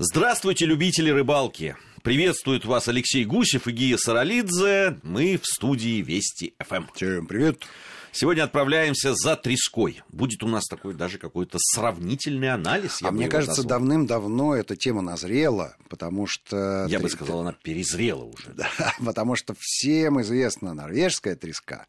Здравствуйте, любители рыбалки! Приветствует вас Алексей Гусев и Гия Саралидзе. Мы в студии Вести ФМ. Всем привет! Сегодня отправляемся за треской. Будет у нас такой даже какой-то сравнительный анализ. Мне кажется, давным-давно эта тема назрела, потому что... Я бы сказал, она перезрела уже. Да, потому что всем известна норвежская треска,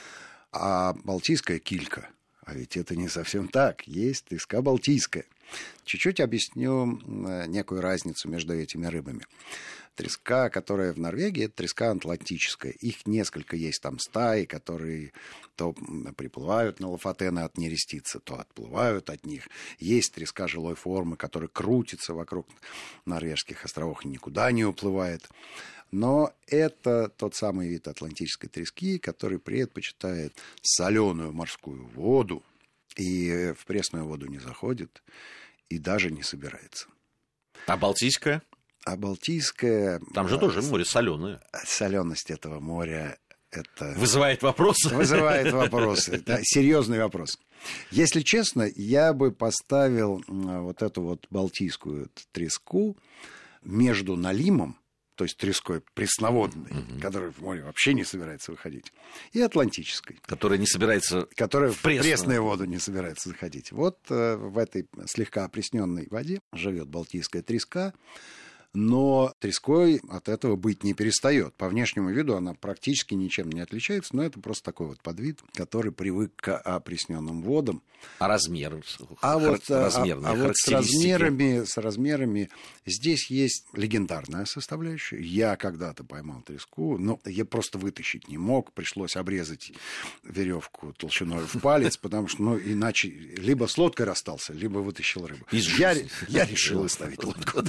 а балтийская килька. А ведь это не совсем так. Есть треска балтийская. Чуть-чуть объясню некую разницу между этими рыбами. Треска, которая в Норвегии, это треска атлантическая. Их несколько есть там стаи, которые то приплывают на Лофотены от нерестицы, то отплывают от них. Есть треска жилой формы, которая крутится вокруг норвежских островов и никуда не уплывает. Но это тот самый вид атлантической трески, который предпочитает соленую морскую воду и в пресную воду не заходит и даже не собирается. А балтийская? А балтийская... Там же тоже море соленое. Соленость этого моря... Это... Вызывает вопросы? Вызывает вопросы. Да, серьезный вопрос. Если честно, я бы поставил вот эту вот балтийскую треску между налимом, то есть треской пресноводной, которая в море вообще не собирается выходить, и атлантической. Которая не собирается... Которая в пресную воду не собирается заходить. Вот в этой слегка опресненной воде живет балтийская треска, но треской от этого быть не перестает. По внешнему виду она практически ничем не отличается, но это просто такой вот подвид, который привык к опресненным водам. А размер? Вот с размерами здесь есть легендарная составляющая. Я когда-то поймал треску, но я просто вытащить не мог. Пришлось обрезать веревку толщиной в палец, потому что иначе либо с лодкой расстался, либо вытащил рыбу. Я решил оставить лодку.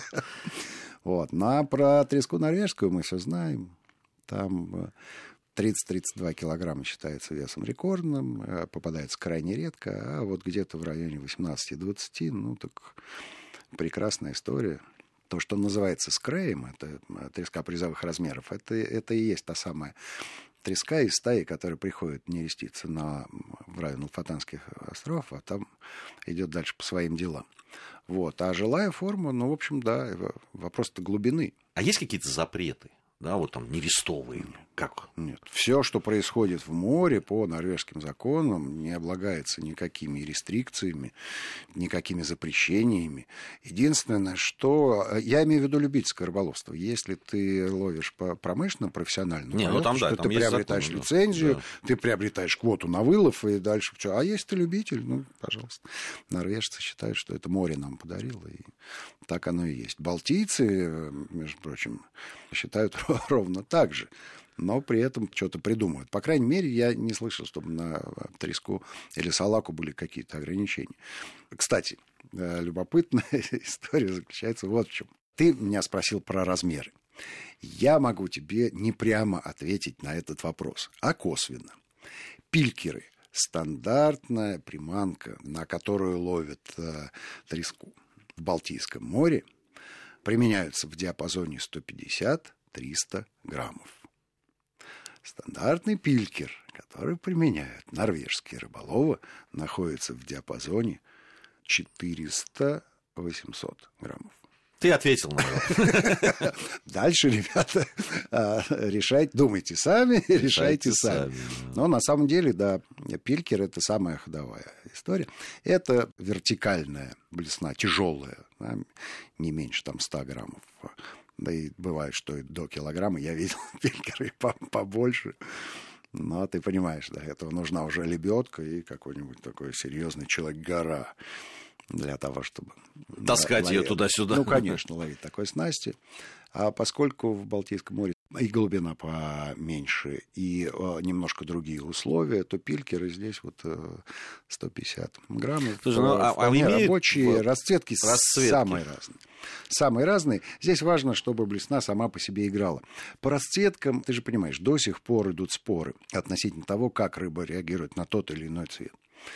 Вот. Ну, а про треску норвежскую мы все знаем. Там 30-32 килограмма считается весом рекордным, попадается крайне редко, а вот где-то в районе 18-20, так прекрасная история. То, что называется скреем, это треска призовых размеров, это и есть та самая треска из стаи, которая приходит нереститься в район Лофотанских островов, а там идет дальше по своим делам. Вот. А жилая форма, в общем, да, вопрос-то глубины. А есть какие-то запреты? Да, вот там нерестовые. Как? Нет. Все, что происходит в море по норвежским законам, не облагается никакими рестрикциями, никакими запрещениями. Единственное, что... Я имею в виду любительское рыболовство. Если ты ловишь промышленно, профессионально, там ты приобретаешь лицензию, ты приобретаешь квоту на вылов и дальше... А если ты любитель, пожалуйста. Норвежцы считают, что это море нам подарило, и так оно и есть. Балтийцы, между прочим, считают ровно так же, но при этом что-то придумывают. По крайней мере, я не слышал, чтобы на треску или салаку были какие-то ограничения. Кстати, любопытная история заключается вот в чем. Ты меня спросил про размеры. Я могу тебе не прямо ответить на этот вопрос, а косвенно. Пилькеры – стандартная приманка, на которую ловят треску в Балтийском море, применяются в диапазоне 150-300 граммов. Стандартный пилькер, который применяют норвежские рыболовы, находится в диапазоне 400-800 граммов. Ты ответил на вопрос. Дальше, ребята, решайте, думайте сами, решайте сами. Но на самом деле, да, пилькер – это самая ходовая история. Это вертикальная блесна, тяжелая, да, не меньше 100 граммов. Да и бывает, что и до килограмма. Я видел пилькеры побольше. Но ты понимаешь, для этого нужна уже лебедка и какой-нибудь такой серьезный человек-гора для того, чтобы... Таскать ее туда-сюда. Конечно, ловить такой снасти. А поскольку в Балтийском море и глубина поменьше, и немножко другие условия, то пилькеры здесь 150 граммов. Вполне рабочие, расцветки самые разные. Самые разные. Здесь важно, чтобы блесна сама по себе играла. По расцветкам, ты же понимаешь, до сих пор идут споры относительно того, как рыба реагирует на тот или иной цвет.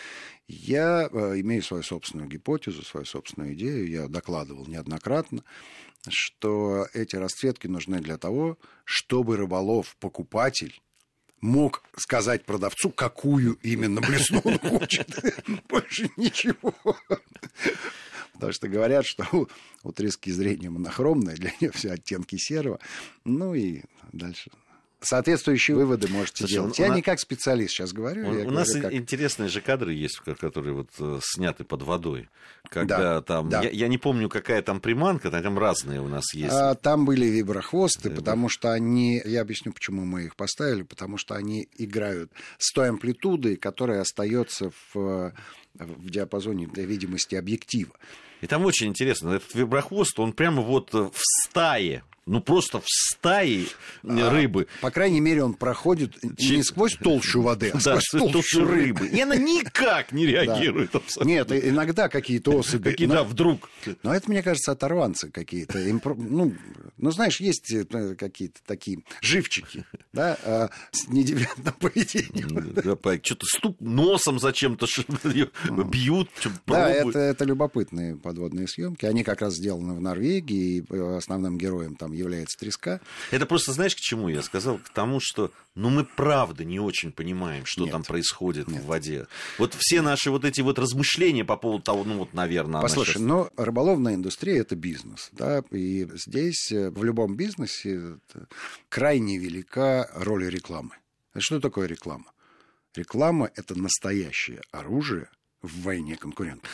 Я имею свою собственную гипотезу, свою собственную идею. Я докладывал неоднократно, что эти расцветки нужны для того, чтобы рыболов-покупатель мог сказать продавцу, какую именно блесну он хочет. Больше ничего. Потому что говорят, что у трески зрение монохромное, для нее все оттенки серого. Ну и дальше... Соответствующие выводы можете делать. Я не как специалист сейчас говорю. У нас интересные же кадры есть, которые вот сняты под водой. Когда там... Да. Я не помню, какая там приманка, там разные у нас есть. Там были виброхвосты, потому что они... Я объясню, почему мы их поставили. Потому что они играют с той амплитудой, которая остается в диапазоне для видимости объектива. И там очень интересно. Этот виброхвост, он прямо вот в стае. Ну, просто в стае рыбы. По крайней мере, он проходит не сквозь толщу воды, а сквозь толщу рыбы. И она никак не реагирует. Да. Нет, иногда какие-то особи... вдруг. Но это, мне кажется, оторванцы какие-то. Ну, знаешь, есть какие-то такие живчики, да, с недевиантным поведением. Что-то носом зачем-то бьют. Да, это любопытные подводные съемки. Они как раз сделаны в Норвегии, и основным героем там является треска. Это просто, знаешь, к чему я сказал? К тому, что мы правда не очень понимаем, что там происходит в воде. Вот все наши вот эти вот размышления по поводу того, наверное... Послушай, рыболовная индустрия — это бизнес, да, и здесь в любом бизнесе крайне велика роль рекламы. Что такое реклама? Реклама — это настоящее оружие в войне конкурентов.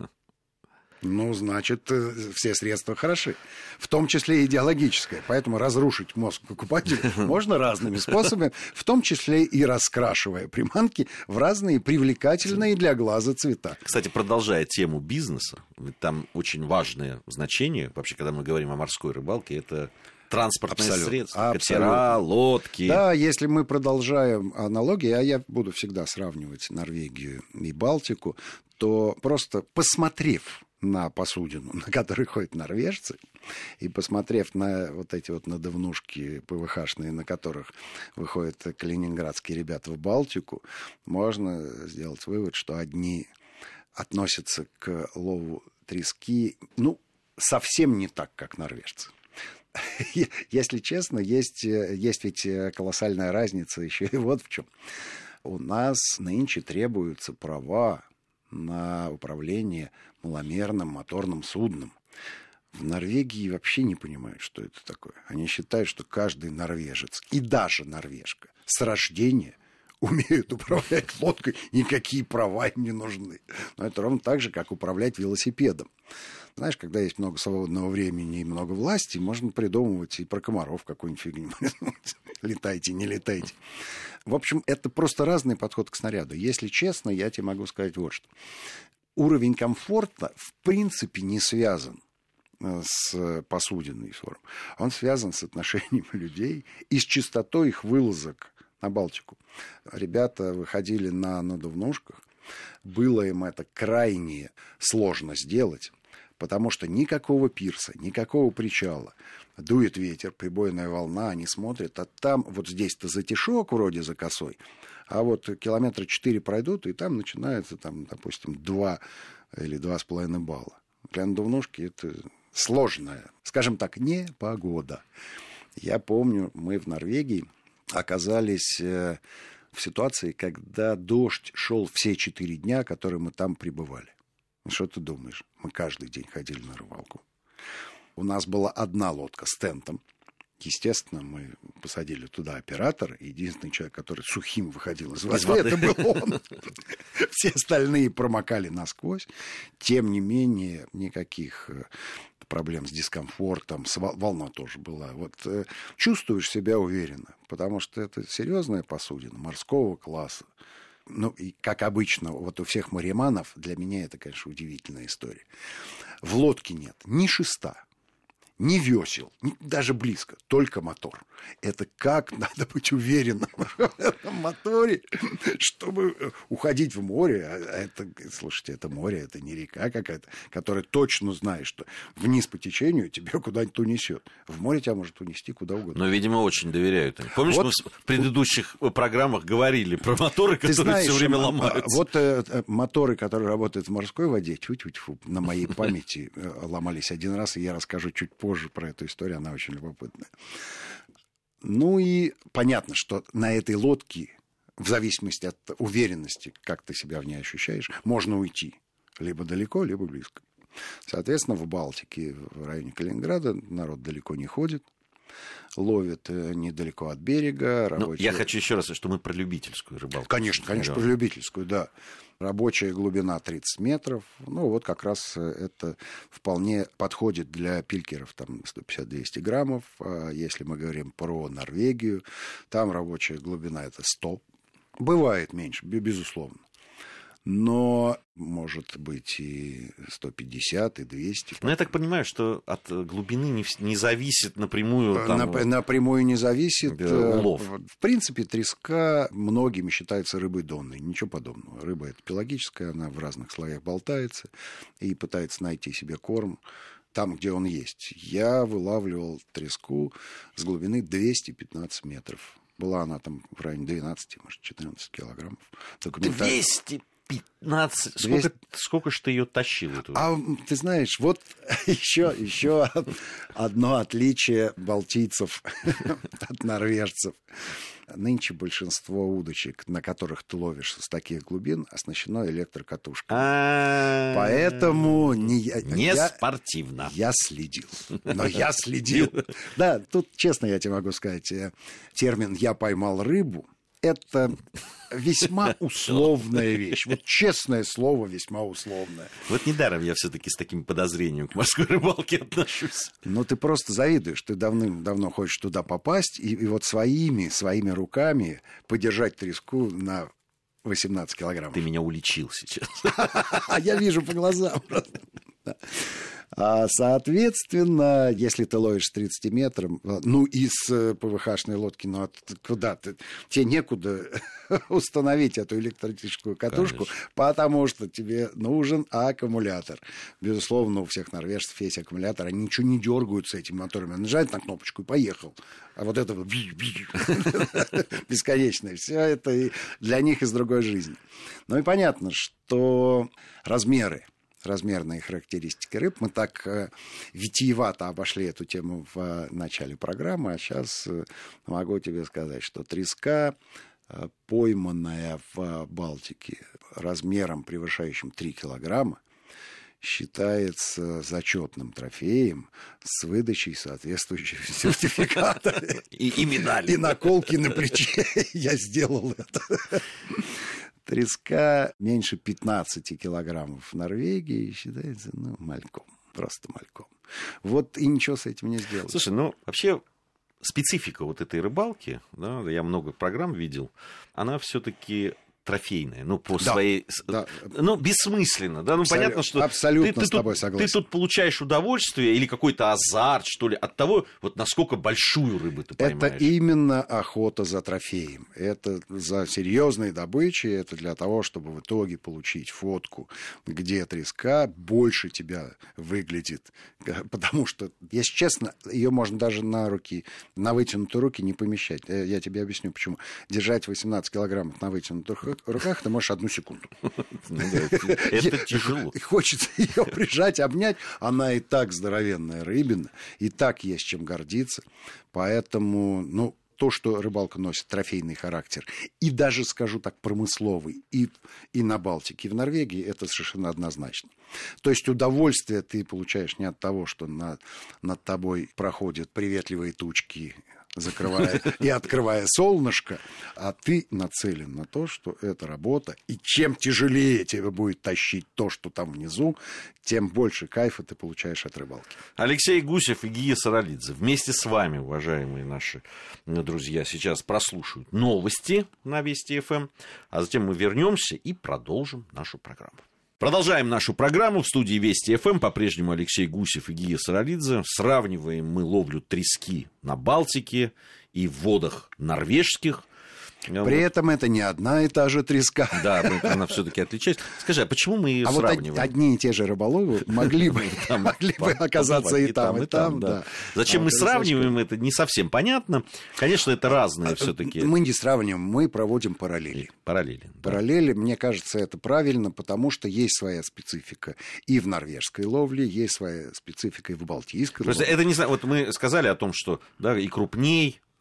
Значит, все средства хороши. В том числе и идеологическое. Поэтому разрушить мозг покупателя можно разными способами, в том числе и раскрашивая приманки в разные привлекательные для глаза цвета. Кстати, продолжая тему бизнеса, там очень важное значение, вообще, когда мы говорим о морской рыбалке, это... транспортные средства, катера, лодки. Да, если мы продолжаем аналогии, а я буду всегда сравнивать Норвегию и Балтику, то просто посмотрев на посудину, на которой ходят норвежцы, и посмотрев на вот эти вот надувнушки ПВХ-шные, на которых выходят калининградские ребята в Балтику, можно сделать вывод, что одни относятся к лову трески, совсем не так, как норвежцы. Если честно, есть ведь колоссальная разница еще и вот в чем. У нас нынче требуются права на управление маломерным моторным судном. В Норвегии вообще не понимают, что это такое. Они считают, что каждый норвежец и даже норвежка с рождения умеют управлять лодкой, никакие права им не нужны. Но это ровно так же, как управлять велосипедом. Знаешь, когда есть много свободного времени и много власти, можно придумывать и про комаров какую-нибудь фигню. Летайте, не летайте. В общем, это просто разный подход к снаряду. Если честно, я тебе могу сказать вот что. Уровень комфорта в принципе не связан с посудиной формой. Он связан с отношением людей и с частотой их вылазок на Балтику. Ребята выходили на надувнушках. Было им это крайне сложно сделать, потому что никакого пирса, никакого причала. Дует ветер, прибойная волна, они смотрят, а там вот здесь-то затишок вроде за косой, а вот километра 4 пройдут, и там начинается, допустим, 2 или 2,5 балла. Для надувнушки это сложная, скажем так, непогода. Я помню, мы в Норвегии оказались в ситуации, когда дождь шел все 4 дня, которые мы там пребывали. Что ты думаешь? Мы каждый день ходили на рыбалку. У нас была одна лодка с тентом. Естественно, мы посадили туда оператора. Единственный человек, который сухим выходил из воды, это был он. Все остальные промокали насквозь. Тем не менее, никаких проблем с дискомфортом. Волна тоже была. Вот чувствуешь себя уверенно, потому что это серьезная посудина морского класса. И как обычно, вот у всех мариманов, для меня это, конечно, удивительная история. В лодке нет ни шеста, ни весел, даже близко, только мотор. Это как надо быть уверенным в этом моторе, чтобы уходить в море. Слушайте, это море, это не река какая-то, которая точно знает, что вниз по течению тебя куда-нибудь унесет. В море тебя может унести куда угодно. Но, видимо, очень доверяют им. Помнишь, мы в предыдущих программах говорили про моторы, которые все время ломаются? Вот моторы, которые работают в морской воде, на моей памяти ломались один раз, и я расскажу чуть позже про эту историю, она очень любопытная. И понятно, что на этой лодке, в зависимости от уверенности, как ты себя в ней ощущаешь, можно уйти либо далеко, либо близко. Соответственно, в Балтике, в районе Калининграда, народ далеко не ходит. Ловят недалеко от берега. Я хочу еще раз, что мы про любительскую рыбалку. Конечно, про любительскую, да. Рабочая глубина 30 метров. Ну, вот как раз это вполне подходит для пилькеров, там 150-200 граммов. А если мы говорим про Норвегию, там рабочая глубина это 100. Бывает меньше, безусловно. Но может быть и 150, и 200. Но я так понимаю, что от глубины не зависит напрямую... Напрямую не зависит. Улов. В принципе, треска многими считается рыбой донной. Ничего подобного. Рыба это пелагическая, она в разных слоях болтается и пытается найти себе корм там, где он есть. Я вылавливал треску с глубины 215 метров. Была она там в районе 12, может, 14 килограммов. 215? Сколько ж ты ее тащил? Ты знаешь, вот еще одно отличие балтийцев от норвежцев. Нынче большинство удочек, на которых ты ловишь с таких глубин, оснащено электрокатушкой. Поэтому не спортивно. Я следил. Но я следил. Да, тут, честно я тебе могу сказать, термин «я поймал рыбу» — это весьма условная вещь. Вот честное слово, весьма условное. Вот недаром я все-таки с таким подозрением к морской рыбалке отношусь. Ну, ты просто завидуешь. Ты давным-давно хочешь туда попасть, и вот своими руками подержать треску на 18 килограммов. Ты меня уличил сейчас. Я вижу по глазам. Соответственно, если ты ловишь с 30 метров, ну, из ПВХ-шной лодки, ну, куда ты? Тебе некуда установить эту электрическую катушку, конечно, потому что тебе нужен аккумулятор. Безусловно, у всех норвежцев есть аккумулятор, они ничего не дергают с этим мотором, нажать на кнопочку и поехал. А вот это бесконечное, все это для них из другой жизни. Ну и понятно, что размерные характеристики рыб. Мы так витиевато обошли эту тему в начале программы, а сейчас могу тебе сказать, что треска, пойманная в Балтике размером, превышающим 3 килограмма, считается зачетным трофеем с выдачей соответствующего сертификата. И медали. И наколки на плече. Я сделал это. Треска меньше 15 килограммов в Норвегии считается, мальком, просто мальком. Вот и ничего с этим не сделать. Слушай, вообще специфика вот этой рыбалки, да, я много программ видел, она все-таки трофейная, по своей... Да. Бессмысленно, да, понятно, что... Абсолютно с тобой согласен. Ты тут получаешь удовольствие или какой-то азарт, что ли, от того, вот насколько большую рыбу ты поймаешь. Это именно охота за трофеем. Это за серьезной добычей, это для того, чтобы в итоге получить фотку, где треска больше тебя выглядит. Потому что, если честно, ее можно даже на вытянутые руки не помещать. Я тебе объясню, почему. Держать 18 килограммов на вытянутых руках ты можешь 1 секунду. Это тяжело. Хочется ее прижать, обнять. Она и так здоровенная рыбина, и так есть чем гордиться. Поэтому, то, что рыбалка носит трофейный характер, и даже, скажу так, промысловый, и на Балтике, и в Норвегии, это совершенно однозначно. То есть удовольствие ты получаешь не от того, что над тобой проходят приветливые тучки, закрывая и открывая солнышко, а ты нацелен на то, что это работа, и чем тяжелее тебе будет тащить то, что там внизу, тем больше кайфа ты получаешь от рыбалки. Алексей Гусев и Гия Саралидзе вместе с вами, уважаемые наши друзья, сейчас прослушают новости на Вести ФМ, а затем мы вернемся и продолжим нашу программу. Продолжаем нашу программу. В студии Вести ФМ по-прежнему Алексей Гусев и Гия Саралидзе. Сравниваем мы ловлю трески на Балтике и в водах норвежских. При этом это не одна и та же треска. Да, она все-таки отличается. Скажи, а почему мы ее сравниваем? Вот одни и те же рыболовы могли бы оказаться и там, и там. Зачем мы сравниваем, это не совсем понятно. Конечно, это разные все-таки. Мы не сравниваем, мы проводим параллели. Параллели, мне кажется, это правильно, потому что есть своя специфика и в норвежской ловле, есть своя специфика и в балтийской ловле. Это не знаю, вот мы сказали о том, что и крупней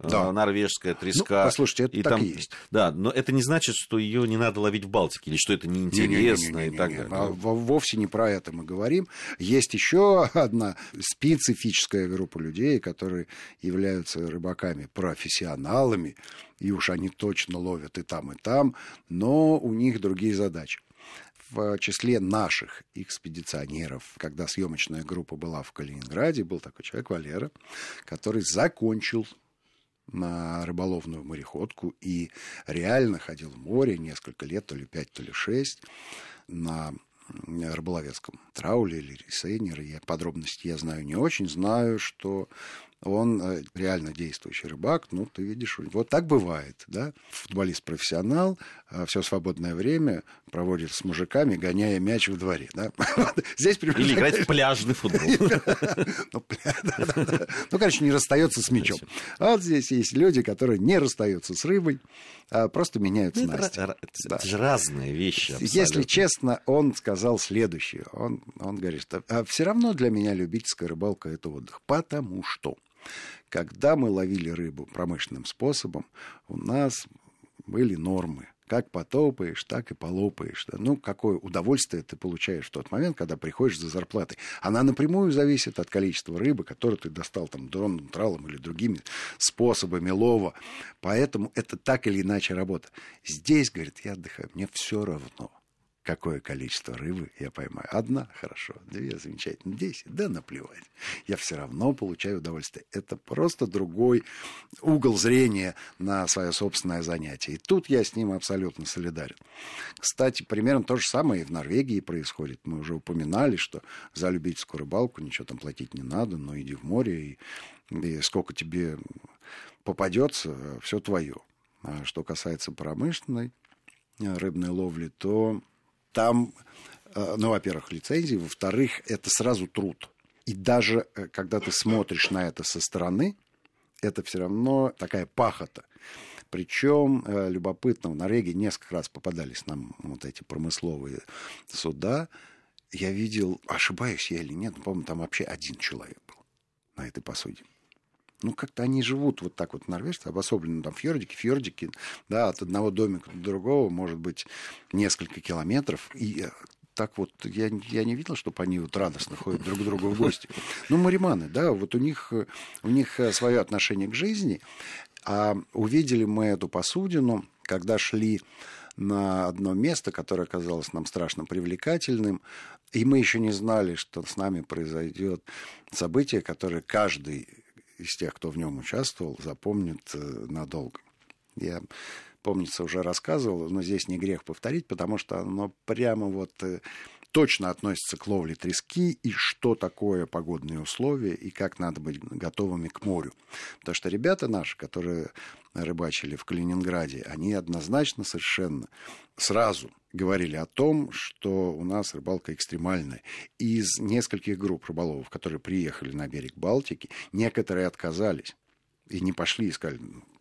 норвежская треска. Послушайте, это так и есть. Да, но это не значит, что ее не надо ловить в Балтике, или что это неинтересно и так далее. Вовсе не про это мы говорим. Есть еще одна специфическая группа людей, которые являются рыбаками-профессионалами, и уж они точно ловят и там, но у них другие задачи. В числе наших экспедиционеров, когда съемочная группа была в Калининграде, был такой человек, Валера, который закончил на рыболовную мореходку и реально ходил в море несколько лет, то ли 5, то ли 6, на рыболовецком трауле или ресейнере. Подробности я знаю не очень. Знаю, что он реально действующий рыбак. Ну, ты видишь, вот так бывает, да? Футболист-профессионал все свободное время проводит с мужиками, гоняя мяч в дворе, да? Здесь или играть в пляжный футбол. Ну, короче, не расстается с мячом. Вот здесь есть люди, которые не расстаются с рыбой, а просто меняют снасти. Это же разные вещи. Если честно, он сказал следующее. Он говорит, что все равно для меня любительская рыбалка – это отдых. Потому что когда мы ловили рыбу промышленным способом, у нас были нормы. Как потопаешь, так и полопаешь. Ну, какое удовольствие ты получаешь в тот момент, когда приходишь за зарплатой. Она напрямую зависит от количества рыбы, которую ты достал там дронным тралом или другими способами лова. Поэтому это так или иначе работа. Здесь, говорит, я отдыхаю, мне все равно, какое количество рыбы я поймаю. 1 хорошо, 2 замечательно, 10, да наплевать. Я все равно получаю удовольствие. Это просто другой угол зрения на свое собственное занятие. И тут я с ним абсолютно солидарен. Кстати, примерно то же самое и в Норвегии происходит. Мы уже упоминали, что за любительскую рыбалку ничего там платить не надо, но иди в море, и сколько тебе попадется, все твое. А что касается промышленной рыбной ловли, то там, ну, во-первых, лицензии, во-вторых, это сразу труд. И даже когда ты смотришь на это со стороны, это все равно такая пахота. Причем, любопытно, в Норвегии несколько раз попадались нам вот эти промысловые суда. Я видел, ошибаюсь я или нет, но, по-моему, там вообще 1 человек был на этой посуде. Ну, как-то они живут вот так вот в Норвегии, обособленно там фьордики, да, от одного домика до другого, может быть, несколько километров. И так вот я не видел, чтобы они вот радостно ходят друг к другу в гости. Ну, мариманы, да, вот у них свое отношение к жизни. А увидели мы эту посудину, когда шли на одно место, которое казалось нам страшно привлекательным, и мы еще не знали, что с нами произойдет событие, которое каждый из тех, кто в нем участвовал, запомнит надолго. Я, помнится, уже рассказывал, но здесь не грех повторить, потому что оно прямо вот точно относится к ловле трески и что такое погодные условия и как надо быть готовыми к морю. Потому что ребята наши, которые рыбачили в Калининграде, они однозначно совершенно сразу говорили о том, что у нас рыбалка экстремальная. Из нескольких групп рыболовов, которые приехали на берег Балтики, некоторые отказались и не пошли и сказали: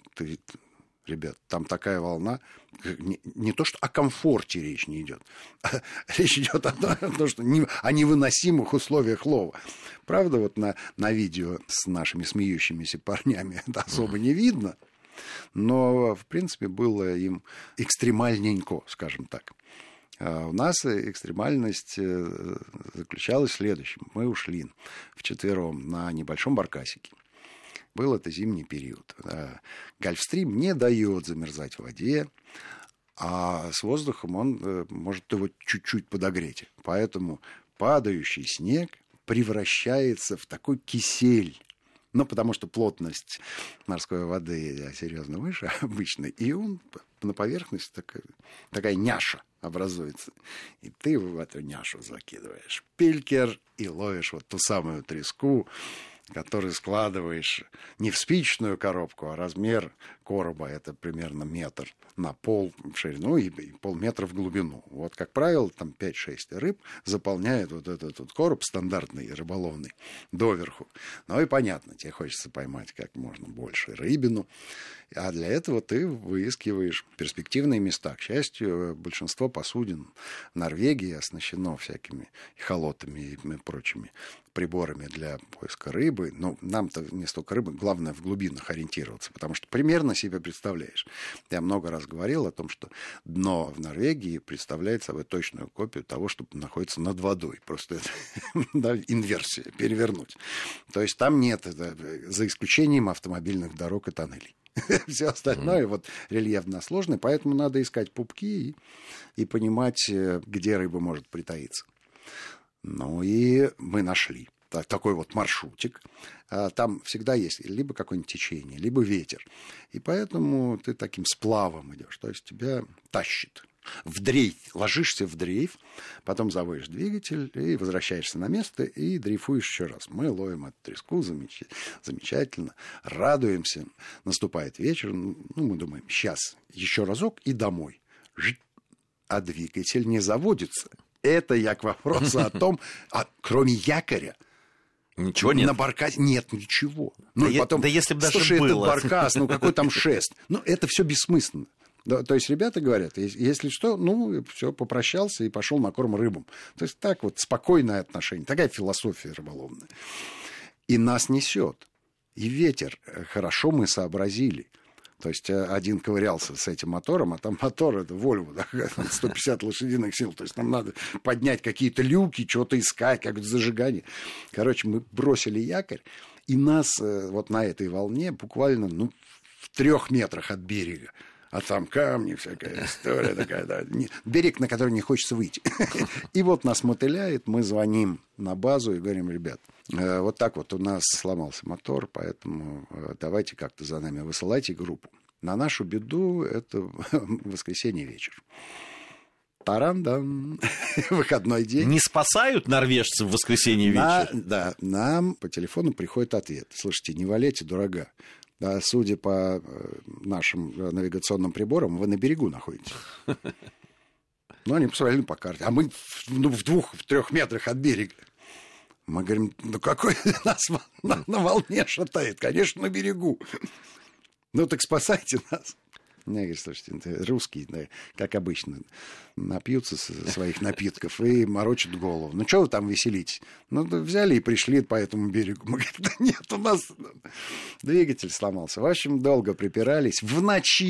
ребят, там такая волна, не то что о комфорте речь не идет, а речь идет о том, что о невыносимых условиях лова. Правда, вот на видео с нашими смеющимися парнями это особо не видно, но, в принципе, было им экстремальненько, скажем так. А у нас экстремальность заключалась в следующем. Мы ушли вчетвером на небольшом баркасике. Был это зимний период. Гольфстрим не дает замерзать в воде, а с воздухом он может его чуть-чуть подогреть. Поэтому падающий снег превращается в такой кисель. Ну, потому что плотность морской воды серьезно выше обычной, и он на поверхности такая няша образуется. И ты в эту няшу закидываешь пилькер и ловишь вот ту самую треску, который складываешь не в спичечную коробку, а размер короба — это примерно 1 метр на пол в ширину и полметра в глубину. Вот, как правило, там 5-6 рыб заполняет вот этот вот короб стандартный рыболовный доверху. Ну и понятно, тебе хочется поймать как можно больше рыбину, а для этого ты выискиваешь перспективные места. К счастью, большинство посудин в Норвегии оснащено всякими эхолотами и прочими приборами для поиска рыбы. Но нам-то не столько рыбы, главное в глубинах ориентироваться, потому что примерно себе представляешь. Я много раз говорил о том, что дно в Норвегии представляет собой точную копию того, что находится над водой. Просто это инверсия, перевернуть. То есть там нет, за исключением автомобильных дорог и тоннелей. Все остальное вот рельефно сложное, поэтому надо искать пупки и понимать, где рыба может притаиться. Ну и мы нашли такой вот маршрутик. Там всегда есть либо какое-нибудь течение, либо ветер. И поэтому ты таким сплавом идешь, то есть тебя тащит. В дрейф, ложишься в дрейф, потом заводишь двигатель и возвращаешься на место и дрейфуешь еще раз. Мы ловим эту треску замечательно, радуемся. Наступает вечер, мы думаем, сейчас еще разок и домой. А двигатель не заводится. Это я к вопросу о том, кроме якоря, ничего нет. На баркасе нет ничего. Ну, да, потом, да если бы даже слушай, было. Это баркас, какой там шест. Это все бессмысленно. Да, то есть ребята говорят, если что, все, попрощался и пошел на корм рыбам. То есть так вот спокойное отношение, такая философия рыболовная. И нас несет. И ветер. Хорошо мы сообразили. То есть один ковырялся с этим мотором, а там мотор, это Volvo, 150 лошадиных сил. То есть нам надо поднять какие-то люки, что-то искать, как-то зажигание. Короче, мы бросили якорь, и нас вот на этой волне буквально в 3 метрах от берега. А там камни, всякая история такая. Да. Берег, на который не хочется выйти. И вот нас мотыляет, мы звоним на базу и говорим, ребят, вот так вот у нас сломался мотор, поэтому давайте как-то за нами высылайте группу. На нашу беду это воскресенье вечер. Таран-дан. Выходной день. Не спасают норвежцы в воскресенье вечер? Да, нам по телефону приходит ответ. Слушайте, не валяйте дурага. Да, судя по нашим навигационным приборам, вы на берегу находитесь. Они посмотрели по карте. А мы в 2-3 метрах от берега. Мы говорим, какой нас на волне шатает? Конечно, на берегу. Так спасайте нас. Я говорю, слушайте, русские, да, как обычно, напьются своих напитков и морочат голову. Что вы там веселитесь? Взяли и пришли по этому берегу. Мы говорим, да нет, у нас двигатель сломался. В общем, долго припирались. В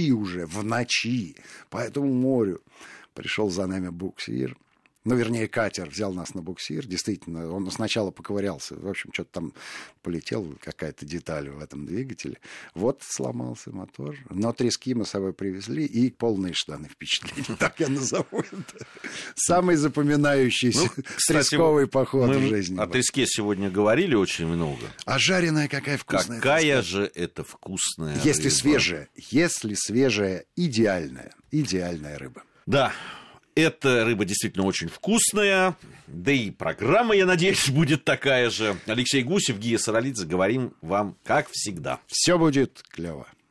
ночи, по этому морю пришел за нами буксир. Вернее, катер взял нас на буксир. Действительно, он сначала поковырялся. В общем, что-то там полетел, какая-то деталь в этом двигателе. Вот сломался мотор. Но трески мы с собой привезли и полные штаны впечатления. Так я назову это. Самый запоминающийся тресковый поход в жизни. О треске сегодня говорили очень много. А жареная какая вкусная. Какая же это вкусная рыба. Если свежая, идеальная рыба. Да. Эта рыба действительно очень вкусная, да и программа, я надеюсь, будет такая же. Алексей Гусев, Гия Саралидзе, говорим вам, как всегда. Все будет клево.